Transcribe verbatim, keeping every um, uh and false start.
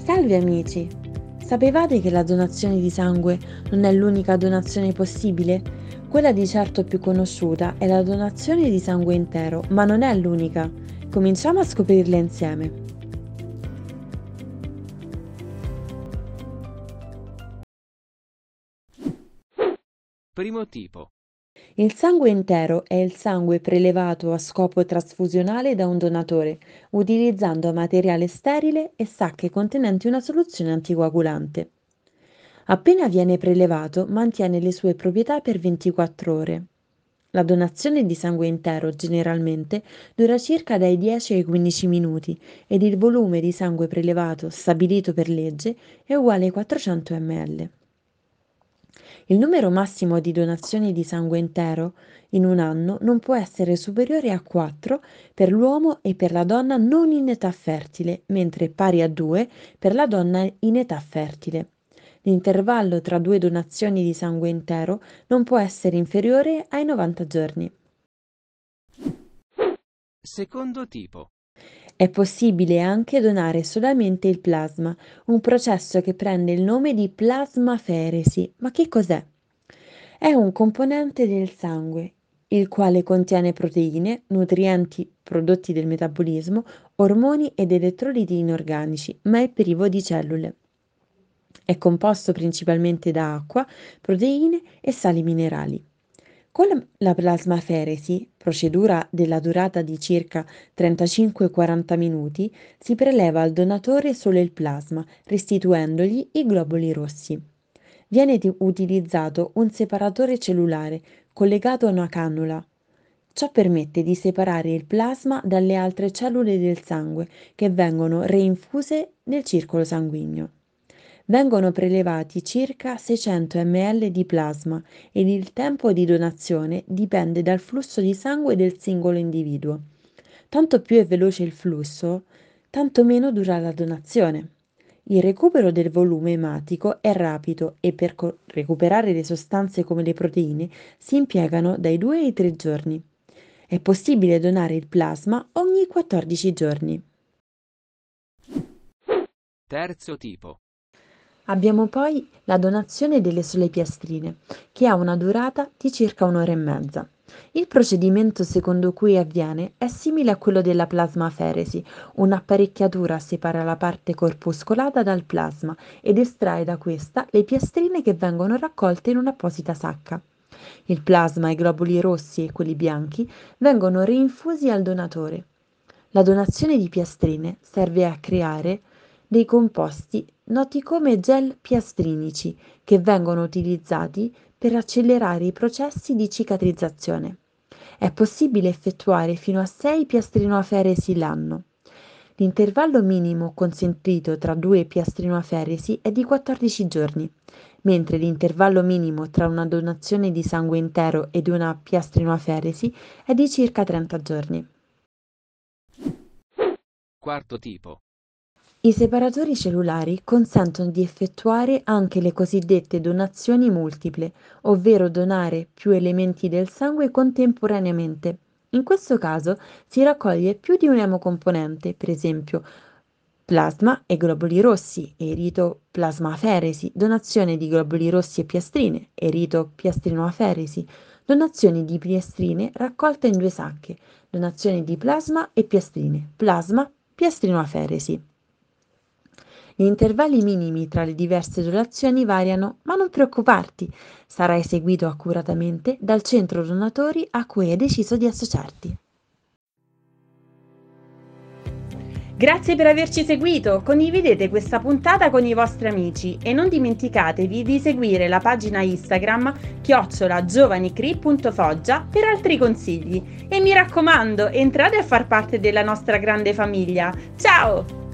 Salve amici! Sapevate che la donazione di sangue non è l'unica donazione possibile? Quella di certo più conosciuta è la donazione di sangue intero, ma non è l'unica. Cominciamo a scoprirla insieme. Primo tipo. Il sangue intero è il sangue prelevato a scopo trasfusionale da un donatore, utilizzando materiale sterile e sacche contenenti una soluzione anticoagulante. Appena viene prelevato, mantiene le sue proprietà per ventiquattro ore. La donazione di sangue intero generalmente dura circa dai dieci ai quindici minuti ed il volume di sangue prelevato stabilito per legge è uguale ai quattrocento millilitri. Il numero massimo di donazioni di sangue intero in un anno non può essere superiore a quattro per l'uomo e per la donna non in età fertile, mentre pari a due per la donna in età fertile. L'intervallo tra due donazioni di sangue intero non può essere inferiore ai novanta giorni. Secondo tipo. È possibile anche donare solamente il plasma, un processo che prende il nome di plasmaferesi. Ma che cos'è? È un componente del sangue, il quale contiene proteine, nutrienti prodotti del metabolismo, ormoni ed elettroliti inorganici, ma è privo di cellule. È composto principalmente da acqua, proteine e sali minerali. Con la plasmaferesi, procedura della durata di circa trentacinque quaranta minuti, si preleva al donatore solo il plasma, restituendogli i globuli rossi. Viene ti- utilizzato un separatore cellulare collegato a una cannula. Ciò permette di separare il plasma dalle altre cellule del sangue che vengono reinfuse nel circolo sanguigno. Vengono prelevati circa seicento millilitri di plasma ed il tempo di donazione dipende dal flusso di sangue del singolo individuo. Tanto più è veloce il flusso, tanto meno dura la donazione. Il recupero del volume ematico è rapido e per co- recuperare le sostanze come le proteine si impiegano dai due ai tre giorni. È possibile donare il plasma ogni quattordici giorni. Terzo tipo. Abbiamo poi la donazione delle sole piastrine, che ha una durata di circa un'ora e mezza. Il procedimento secondo cui avviene è simile a quello della plasmaferesi. Un'apparecchiatura separa la parte corpuscolata dal plasma ed estrae da questa le piastrine che vengono raccolte in un'apposita sacca. Il plasma, i globuli rossi e quelli bianchi vengono rinfusi al donatore. La donazione di piastrine serve a creare dei composti noti come gel piastrinici che vengono utilizzati per accelerare i processi di cicatrizzazione. È possibile effettuare fino a sei piastrinoaferesi l'anno. L'intervallo minimo consentito tra due piastrinoaferesi è di quattordici giorni, mentre l'intervallo minimo tra una donazione di sangue intero ed una piastrinoaferesi è di circa trenta giorni. Quarto tipo. I separatori cellulari consentono di effettuare anche le cosiddette donazioni multiple, ovvero donare più elementi del sangue contemporaneamente. In questo caso si raccoglie più di un emocomponente, per esempio plasma e globuli rossi, eritoplasmaferesi, donazione di globuli rossi e piastrine, eritopiestrinoaferesi, donazioni di piastrine raccolte in due sacche, donazione di plasma e piastrine, plasma, piastrinoaferesi. Gli intervalli minimi tra le diverse donazioni variano, ma non preoccuparti, sarai seguito accuratamente dal centro donatori a cui hai deciso di associarti. Grazie per averci seguito, condividete questa puntata con i vostri amici e non dimenticatevi di seguire la pagina Instagram chiocciola giovanicri punto foggia per altri consigli e mi raccomando entrate a far parte della nostra grande famiglia. Ciao!